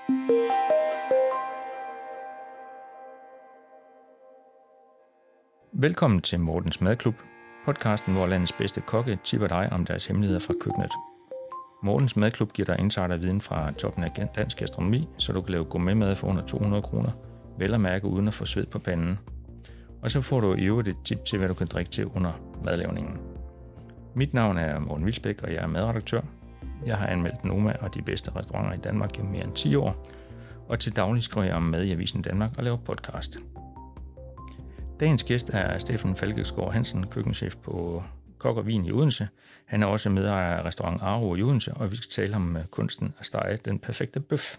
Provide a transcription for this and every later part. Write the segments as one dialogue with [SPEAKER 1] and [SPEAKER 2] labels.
[SPEAKER 1] Velkommen til Mortens Madklub, podcasten, hvor landets bedste kokke tipper dig om deres hemmeligheder fra køkkenet. Mortens Madklub giver dig insiderviden fra toppen af dansk gastronomi, så du kan lave gourmetmad for under 200 kroner, vel at mærke uden at få sved på panden. Og så får du i øvrigt et tip til, hvad du kan drikke til under madlavningen. Mit navn er Morten Vilsbæk, og jeg er madredaktør. Jeg har anmeldt Noma og de bedste restauranter i Danmark gennem mere end 10 år, og til daglig skriver jeg om mad i Avisen Danmark og laver podcast. Dagens gæst er Steffen Falkesgaard Hansen, køkkenchef på Kok og Vin i Odense. Han er også medejer af restaurant Aro i Odense, og vi skal tale om kunsten at stege den perfekte bøf.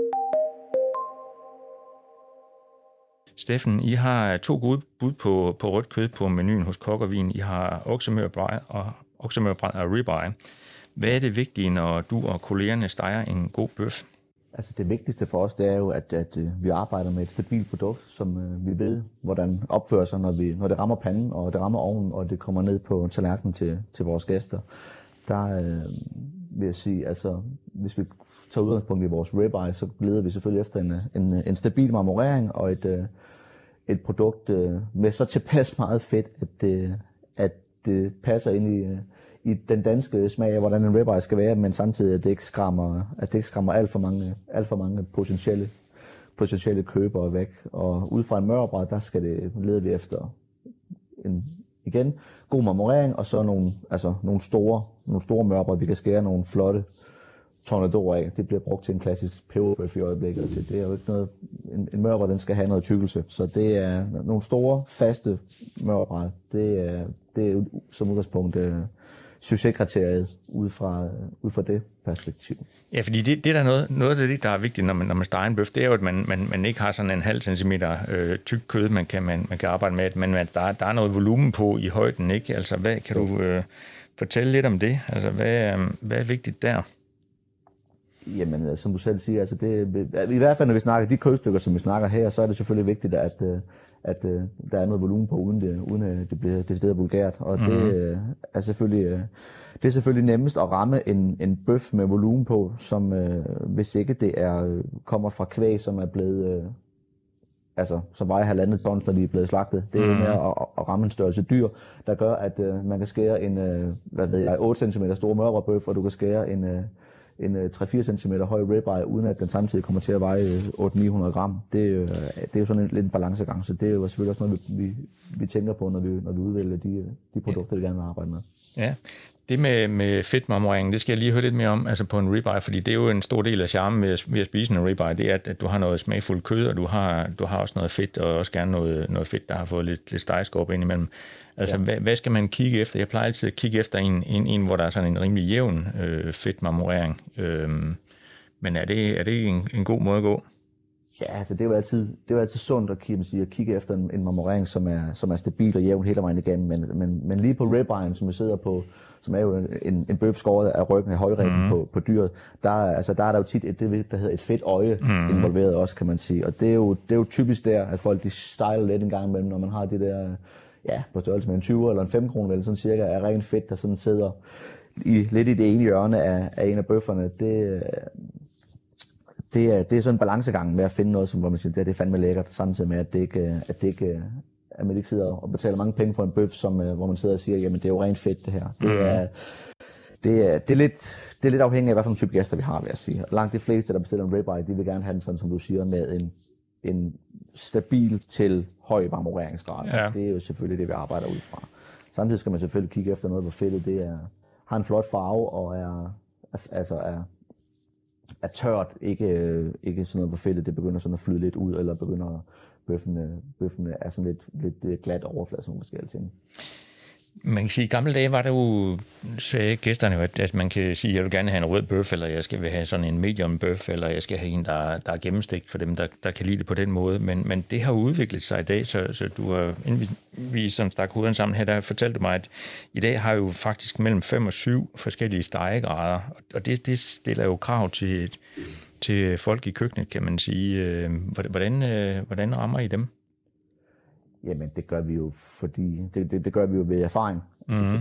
[SPEAKER 1] Steffen, I har 2 gode bud på rødt kød på menuen hos Kok og Vin. I har oksemørbrad og ribeye. Hvad er det vigtige, når du og kollegerne steger en god bøf?
[SPEAKER 2] Altså det vigtigste for os, det er jo, at vi arbejder med et stabilt produkt, som vi ved, hvordan opfører sig, når det rammer panden, og det rammer ovnen, og det kommer ned på tallerkenen til vores gæster. Der vil jeg sige, altså hvis vi tager udgangspunkt i vores ribeye, så leder vi selvfølgelig efter en stabil marmorering og et produkt med så tilpas meget fedt, at det passer ind i den danske smag af, hvordan en ribeye skal være, men samtidig at det ikke skræmmer alt for mange potentielle købere væk. Og ud fra en mørbrad, der leder vi efter igen god marmorering, og så nogle store mørbrad, vi kan skære nogle flotte tornadoer af. Det bliver brugt til en klassisk peberbøf i øjeblikket. Det er jo ikke noget, en mørbrad, den skal have noget tykkelse. Så det er nogle store, faste mørbrad. Det er som udgangspunkt succeskriteriet ud fra det perspektiv.
[SPEAKER 1] Ja, fordi det er der noget af det, der er vigtigt, når man steger en bøf, det er jo, at man ikke har sådan en halv centimeter tyk kød, man kan arbejde med, men at der er noget volumen på i højden, ikke? Altså, hvad kan du fortælle lidt om det? Altså, hvad er vigtigt der?
[SPEAKER 2] Jamen, som du selv siger, altså i hvert fald når vi snakker de kødstykker, som vi snakker her, så er det selvfølgelig vigtigt, at der er noget volumen på, uden at det bliver decideret vulgært. Og det er selvfølgelig nemmest at ramme en bøf med volumen på, som hvis ikke det kommer fra kvæg, som er blevet som vejer 1,5 ton, når de er blevet slagtet. Det er jo mere at ramme en størrelse dyr, der gør, at man kan skære en 8 cm stor mørbrad, og du kan skære en 3-4 cm høj ribeye, uden at den samtidig kommer til at veje 800-900 gram. Det er jo sådan lidt en balancegang, så det er jo selvfølgelig også noget, vi tænker på, når vi udvælger de produkter, vi gerne vil arbejde med. Ja,
[SPEAKER 1] det med fedtmarmoreringen, det skal jeg lige høre lidt mere om, altså på en ribeye, fordi det er jo en stor del af charmen ved at spise en ribeye, det er, at du har noget smagfuldt kød, og du har også noget fedt, og også gerne noget fedt, der har fået lidt stegeskorpe ind imellem. Altså, hvad skal man kigge efter? Jeg plejer altid at kigge efter en hvor der er sådan en rimelig jævn fedtmarmorering. Men er det en god måde at gå?
[SPEAKER 2] Ja, altså det er jo altid sundt at kigge efter en marmorering, som er stabil og jævn hele vejen igennem. Men lige på ribbeyen, som vi sidder på, som er jo en bøf skåret af ryggen af højryggen på dyret, der er der jo tit det, der hedder et fedt øje involveret også, kan man sige. Og det er jo typisk der, at folk de stejler lidt en gang imellem, når man har det der, på størrelse med en 20 eller en 5 kroner, vel, sådan cirka af rent fedt, der sådan sidder lidt i det ene hjørne af en af bøfferne. Det er sådan en balancegang med at finde noget, hvor man siger, det er fandme lækkert, samtidig med, at man ikke sidder og betaler mange penge for en bøf, hvor man sidder og siger, jamen det er jo rent fedt det her. Det er lidt afhængigt af, hvad for en type gæster vi har, vil jeg sige. Langt de fleste, der bestiller en ribeye, de vil gerne have den sådan, som du siger, med en stabil til høj marmoreringsgrad. Ja. Det er jo selvfølgelig det, vi arbejder ud fra. Samtidig skal man selvfølgelig kigge efter noget, hvor fedtet det er. Har en flot farve og er tørt, ikke sådan noget, hvor fedtet det begynder sådan at flyde lidt ud, eller begynder bøffene er sådan lidt glat overflade, som måske altid.
[SPEAKER 1] Man kan sige, at i gamle dage var der jo, sagde gæsterne, at man kan sige, at jeg vil gerne have en rød bøf, eller jeg skal have sådan en medium bøf, eller jeg skal have en, der er gennemstegt for dem, der kan lide det på den måde. Men det har udviklet sig i dag, så du har, inden vi som stak hovederne sammen her, der fortalte du mig, at i dag har jo faktisk mellem 5 og 7 forskellige stegegrader, og det stiller jo krav til folk i køkkenet, kan man sige. Hvordan rammer I dem?
[SPEAKER 2] Jamen, det gør vi jo, fordi det gør vi jo ved erfaring.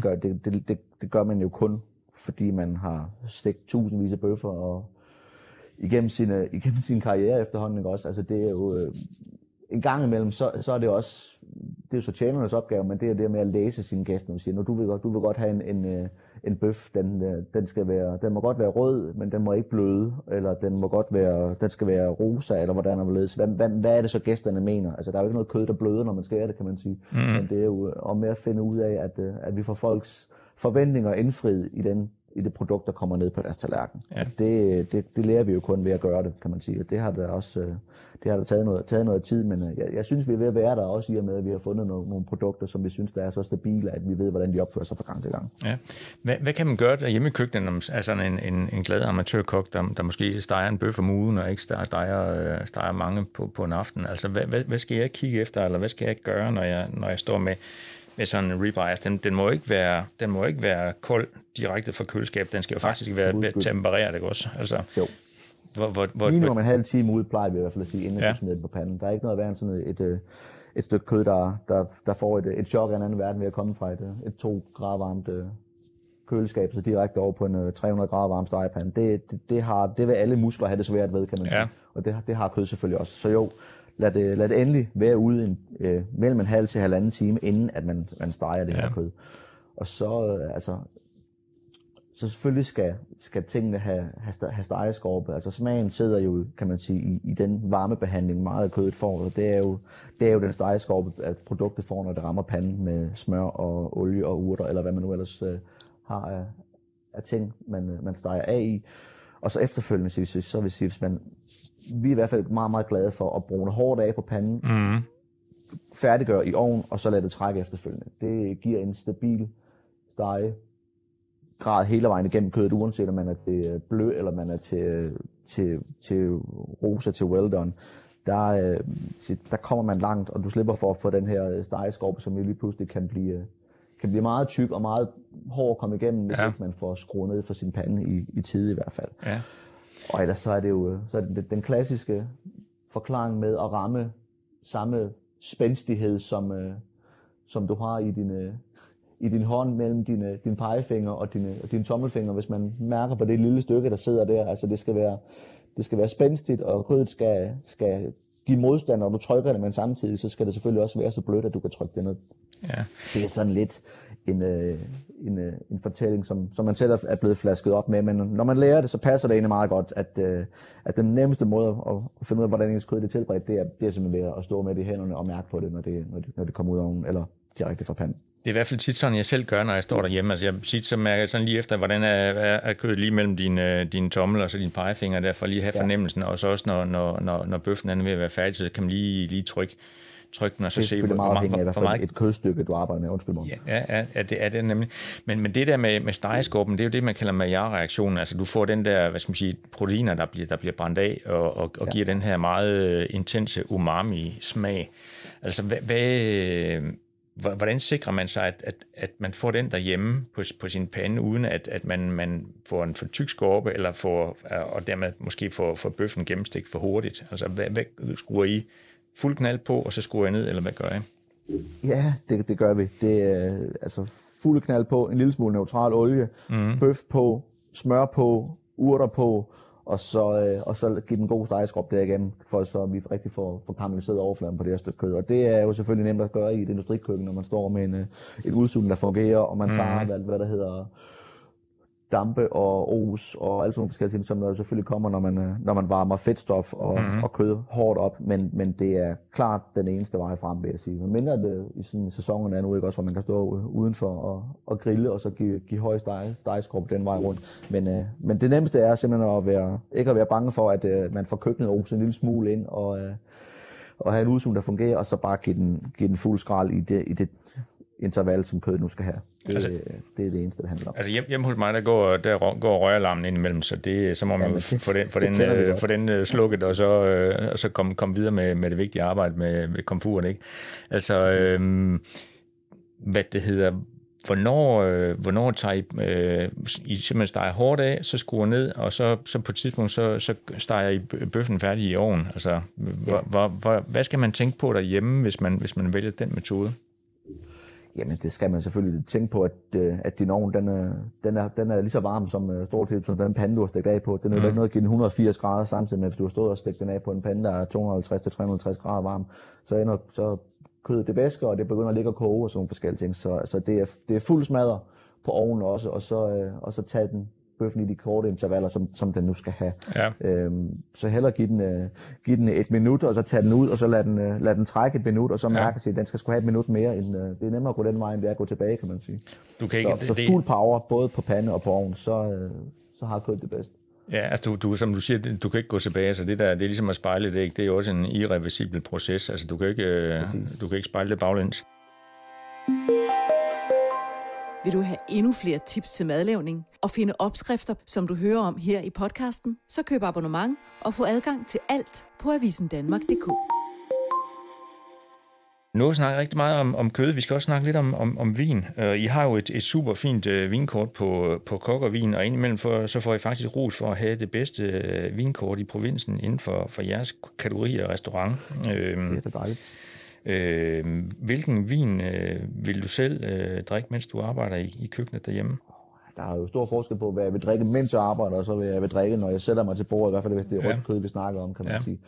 [SPEAKER 2] Det gør man jo kun, fordi man har stegt tusindvis af bøffer og igennem sin karriere efterhånden, ikke også? Altså det er jo en gang imellem, så er det også, det er jo så tjenernes opgave, men det er det med at læse sine gæster, og sige, du vil godt have en bøf, den må godt være rød, men den må ikke bløde, eller den skal være rosa, eller hvordan der ledes. Hvad er det så gæsterne mener? Altså der er jo ikke noget kød, der bløder, når man skærer det, kan man sige. Men det er jo om med at finde ud af, at vi får folks forventninger indfriet i det produkt, der kommer ned på deres tallerken. Ja. Det lærer vi jo kun ved at gøre det, kan man sige. Og det har da taget noget tid, men jeg synes, vi er ved at være der også i og med, at vi har fundet nogle produkter, som vi synes, der er så stabile, at vi ved, hvordan de opfører sig fra gang til gang.
[SPEAKER 1] Ja. Hvad kan man gøre der hjemme i køkkenet, altså en glad amatørkok, der måske steger en bøf om ugen, og ikke steger mange på en aften? Altså, hvad skal jeg kigge efter, eller hvad skal jeg gøre, når jeg står med sådan en ribeye? Altså, den må ikke være kold direkte fra køleskab. Den skal jo faktisk være tempereret, ikke også? Altså,
[SPEAKER 2] jo. Minimum en halv time ude, plejer vi i hvert fald at sige, inden du smider den på panden. Der er ikke noget værre end sådan et stykke kød, der får et chok af en anden verden ved at komme fra et 2 grader varmt køleskab, så direkte over på en 300 grader varm stegepande. Det vil alle muskler have det svært ved, kan man sige. Og det har kød selvfølgelig også. Så jo, lad det endelig være ude mellem en halv til halvanden time, inden at man steger det her kød. Og så, så selvfølgelig skal tingene have stegeskorpe. Altså smagen sidder jo, kan man sige, i den varmebehandling, meget af kødet får. Og det er jo den stegeskorpe, at produktet får, når det rammer panden med smør og olie og urter, eller hvad man nu ellers har af ting, man steger af i. Og så efterfølgende, så vil jeg sige, vi er i hvert fald meget, meget glade for at brune hårdt af på panden, færdiggøre i ovnen, og så lade det trække efterfølgende. Det giver en stabil stegegrad hele vejen igennem kødet, uanset om man er til blød, eller man er til rosa, til well done. Der kommer man langt, og du slipper for at få den her stegeskorpe, som jo lige pludselig kan blive meget tyk og meget hård at komme igennem, hvis ikke man får skruet ned for sin pande i tide i hvert fald. Ja. Og ellers så er det jo den klassiske forklaring med at ramme samme spændstighed, som du har i din hånd mellem din pegefinger og din tommelfinger, hvis man mærker på det lille stykke, der sidder der. Altså det skal være spændstigt, og kødet skal give modstand, når du trykker det, men samtidig så skal det selvfølgelig også være så blødt, at du kan trykke det ned. Ja. Det er sådan lidt en fortælling, som man selv er blevet flasket op med, men når man lærer det, så passer det egentlig meget godt, at den nemmeste måde at finde ud af, hvordan ens kød er tilberedt, det er simpelthen ved at stå med det i hænderne og mærke på det, når det kommer ud af ovnen, eller direkte fra panden.
[SPEAKER 1] Det er i hvert fald tit sådan, jeg selv gør, når jeg står derhjemme. Altså jeg tit så mærker jeg sådan lige efter, hvordan er kødet lige mellem dine tommel og så dine pegefinger, der for lige at have fornemmelsen, og så også når bøffen er ved at være færdig, så kan man lige trykke den og så se,
[SPEAKER 2] hvor meget et kødstykke, du arbejder med. Undskyld mig.
[SPEAKER 1] Ja, det er det nemlig. Men det der med stegeskorpen, det er jo det, man kalder Maillard-reaktionen. Altså du får den der, hvad skal man sige, proteiner, der bliver brændt af og giver den her meget intense umami-smag. Altså hvordan sikrer man sig, at man får den derhjemme på sin pande, uden at man får en for tyk skorpe, eller og dermed måske får bøffen gennemstegt for hurtigt? Altså, hvad skruer I? Fuld knald på, og så skruer jeg ned, eller hvad gør jeg?
[SPEAKER 2] Ja, det gør vi. Det er altså fuld knald på, en lille smule neutral olie, bøf på, smør på, urter på, og så give den god stegeskorpe derigennem, for så vi rigtig får karamelliseret overfladen på det her stykke kød. Og det er jo selvfølgelig nemt at gøre i et industrikøkken, når man står med et udsugning, der fungerer, og man tager hvad der hedder dampe og os og alt sådan nogle forskellige ting, som der selvfølgelig kommer, når man varmer fedtstof og kød hårdt op, men det er klart den eneste vej frem, vil jeg sige. Men mindre det i sådan en sæson er nu ikke også, hvor man kan stå udenfor og grille, og så give høj stegeskorpe den vej rundt. Men det nemmeste er simpelthen ikke at være bange for, at man får køkkenet oset en lille smule ind, og have en udsugning, der fungerer, og så bare give den fuld skrald i det interval, som kødet nu skal have. Det er det eneste, det handler om.
[SPEAKER 1] Altså hjemme hos mig, der går røgalarmen ind imellem, så må man få den slukket, og så komme videre med det vigtige arbejde med komfuret, ikke? Altså, hvad det hedder, hvornår tager I simpelthen steger hårdt af, så skruer ned, og så på et tidspunkt, så steger I bøffen færdig i ovnen. Altså, hvad skal man tænke på derhjemme, hvis man vælger den metode?
[SPEAKER 2] Jamen, det skal man selvfølgelig tænke på, at din ovn, den er lige så varm som stort set som den pande, du har stegt af på. Den er jo ikke noget at give den 180 grader samtidig med, hvis du har stået og stegt den af på en pande, der er 250-350 grader varm. Så kødet det væsker, og det begynder at ligge og koge og sådan nogle forskellige ting. Så det er fuld smadret på ovnen også, og så tage bøffen i de korte intervaller, som den nu skal have. Ja. Så hellere give den et minut, og så tage den ud, og så lad den trække et minut, og så mærke sig, at den skal sgu have et minut mere. Det er nemmere at gå den vej, end det er at gå tilbage, kan man sige. Så fuld power, både på pande og på ovn, så har kødet det bedst.
[SPEAKER 1] Ja, altså du, som du siger, du kan ikke gå tilbage, så det er ligesom at spejle det, ikke? Det er jo også en irreversibel proces, altså du kan ikke spejle det baglæns.
[SPEAKER 3] Vil du have endnu flere tips til madlavning og finde opskrifter, som du hører om her i podcasten, så køb abonnement og få adgang til alt på avisendanmark.dk.
[SPEAKER 1] Nu har vi snakket rigtig meget om kød. Vi skal også snakke lidt om vin. I har jo et super fint vinkort på kok og vin, og indimellem så får I faktisk ros for at have det bedste vinkort i provinsen inden for jeres kategori af restaurant.
[SPEAKER 2] Det er dejligt.
[SPEAKER 1] Hvilken vin vil du selv drikke, mens du arbejder i køkkenet derhjemme?
[SPEAKER 2] Der er jo stor forskel på, hvad jeg vil drikke, mens jeg arbejder, og så hvad jeg vil drikke, når jeg sætter mig til bordet, i hvert fald hvis det er rødt kød, vi snakker om, kan man sige.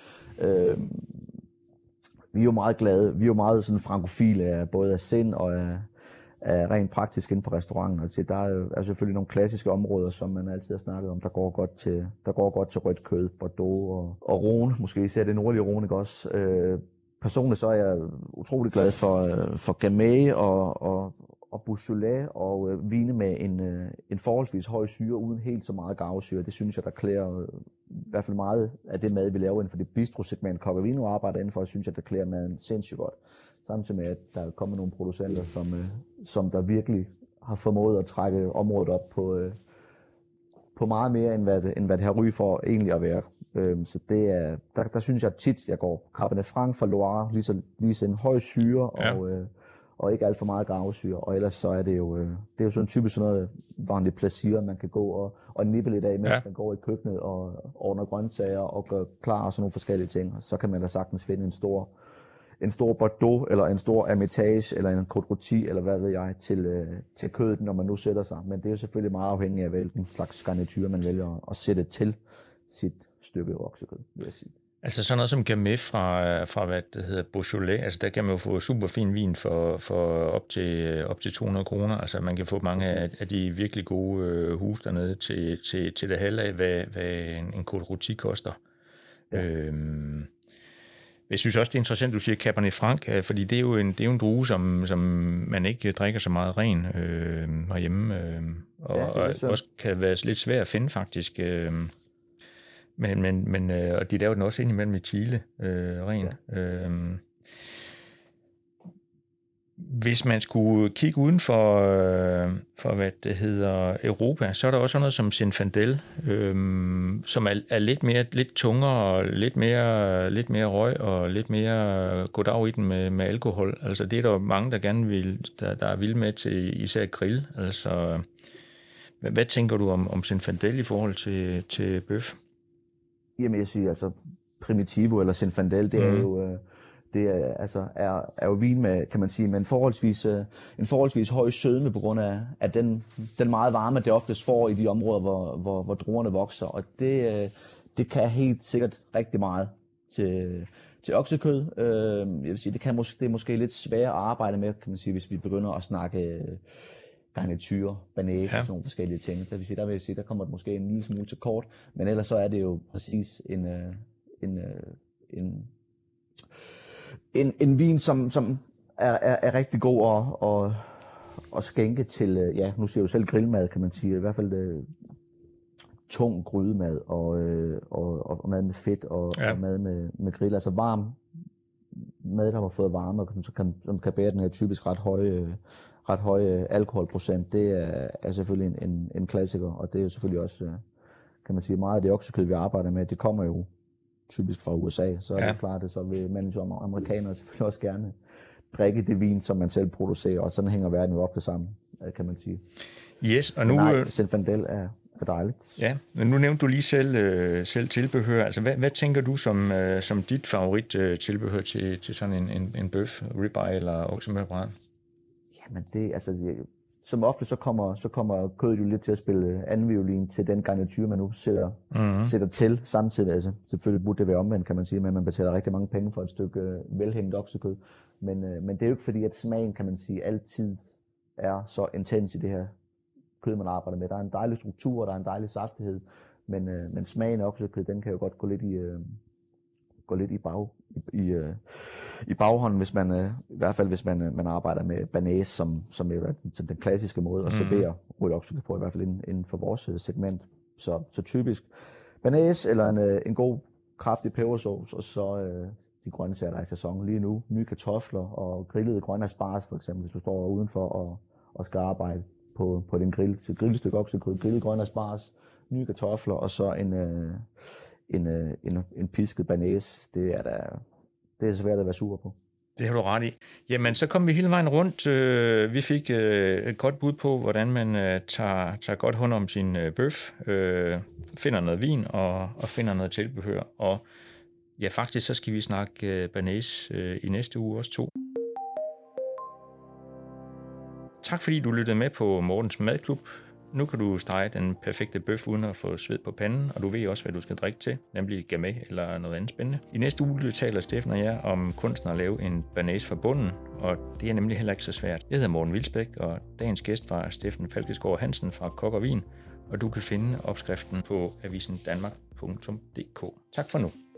[SPEAKER 2] Vi er jo meget glade, vi er jo meget sådan frankofile af både af sind og af rent praktisk inden for restauranten. Altså, der er selvfølgelig nogle klassiske områder, som man altid har snakket om, der går godt til rødt kød, Bordeaux og Rhône, måske især det nordlige Rhône, ikke også? Personligt så er jeg utrolig glad for Gamay og Beaujolais og vine med en forholdsvis høj syre uden helt så meget garvesyre. Det synes jeg, der klæder i hvert fald meget af det mad, vi laver inden for det bistro-segment, Kok og Vino arbejder indenfor, synes jeg, der klæder maden sindssygt godt. Samtidig med, at der er kommet nogle producenter, som der virkelig har formået at trække området op på meget mere, end hvad det har ry for egentlig at være. Så det er, der synes jeg tit, jeg går Cabernet Franc fra Loire, lige så en høj syre og ikke alt for meget garvesyre. Og ellers så er det jo sådan typisk sådan noget vanligt plaisir, man kan gå og nippe lidt af, mens man går i køkkenet og ordner grøntsager og gør klar og sådan nogle forskellige ting. Så kan man da sagtens finde en stor Bordeaux, eller en stor Hermitage, eller en Côte Rôtie, eller hvad ved jeg, til kødet, når man nu sætter sig. Men det er jo selvfølgelig meget afhængigt af, hvilken slags garniture man vælger at sætte til sit stykke oksekød, vil jeg sige.
[SPEAKER 1] Altså sådan noget som Gamay fra hvad det hedder, Beaujolais, altså der kan man jo få super fin vin for op til 200 kroner. Altså man kan få mange af de virkelig gode hus dernede til det halve af, hvad en Côte Rôtie koster. Ja. Jeg synes også, det er interessant, du siger Cabernet Franc, fordi det er jo en drue, som man ikke drikker så meget ren herhjemme, og også kan være lidt svært at finde faktisk. Men og de laver den også indimellem i Chile, ren. Ja. Hvis man skulle kigge uden for hvad det hedder, Europa, så er der også noget som Zinfandel, som er lidt tungere og lidt mere røg og lidt mere goddag i den med alkohol. Altså det er der mange, der gerne vil, der er vilde med til især grill. Altså, hvad tænker du om Zinfandel i forhold til bøf?
[SPEAKER 2] Jamen jeg siger, altså Primitivo eller Zinfandel, det er jo er jo vin med, kan man sige, med en forholdsvis høj sødme på grund af den meget varme, det oftest får i de områder, hvor druerne vokser. Og det kan helt sikkert rigtig meget til oksekød. Jeg vil sige, det er måske lidt svært at arbejde med, kan man sige, hvis vi begynder at snakke garniture, banæse og sådan nogle forskellige ting. Så der vil jeg sige, der kommer det måske en lille smule til kort, men ellers så er det jo præcis en vin, som er rigtig god at skænke til, nu siger jeg jo selv grillmad, kan man sige, i hvert fald tung grydemad og mad med fedt og mad med grill, altså varm mad, der har fået varme, og som kan bære den her typisk ret høje alkoholprocent. Det er selvfølgelig en klassiker, og det er jo selvfølgelig også, kan man sige, meget af det oksekød, vi arbejder med, det kommer jo typisk fra USA, så er det klart, at så vil manager og amerikanere selvfølgelig også gerne drikke det vin, som man selv producerer, og sådan hænger verden jo ofte sammen, kan man sige.
[SPEAKER 1] Yes, og nu...
[SPEAKER 2] Zinfandel er dejligt.
[SPEAKER 1] Ja, men nu nævnte du lige selv tilbehør. Altså, hvad tænker du som dit favorit tilbehør til sådan en bøf, ribeye eller oksemørbrad?
[SPEAKER 2] Men det, altså, som ofte så kommer kødet jo lidt til at spille anden violin til den garnityr, man nu sætter til samtidig. Altså, selvfølgelig burde det være omvendt, kan man sige, men man betaler rigtig mange penge for et stykke velhængt oksekød. Men det er jo ikke fordi, at smagen, kan man sige, altid er så intens i det her kød, man arbejder med. Der er en dejlig struktur, der er en dejlig saftighed, men smagen af oksekød, den kan jo godt gå lidt i baghånden, hvis man, i hvert fald hvis man arbejder med banæs, som er den klassiske måde at servere rødt oksekød på, i hvert fald inden for vores segment. Så typisk banæs eller en god kraftig pebersauce, og så de grøntsager, der er i sæson lige nu. Nye kartofler og grillede grønne asparges, for eksempel, hvis du står udenfor og skal arbejde på den grill. Så grillet stykke oksekød, grillede grønne asparges, nye kartofler og så en pisket banæs. Det er svært at være sur på.
[SPEAKER 1] Det har du ret i. Jamen, så kom vi hele vejen rundt. Vi fik et godt bud på, hvordan man tager godt hånd om sin bøf, finder noget vin og finder noget tilbehør. Og ja, faktisk så skal vi snakke banæs i næste uge også 2. Tak fordi du lyttede med på Mortens Madklub. Nu kan du stege den perfekte bøf uden at få sved på panden, og du ved også, hvad du skal drikke til, nemlig gamay eller noget andet spændende. I næste uge taler Steffen og jeg om kunsten at lave en banæs fra bunden, og det er nemlig heller ikke så svært. Jeg hedder Morten Vilsbæk, og dagens gæst var Steffen Falkesgaard Hansen fra Kok og Vin, og du kan finde opskriften på avisendanmark.dk. Tak for nu.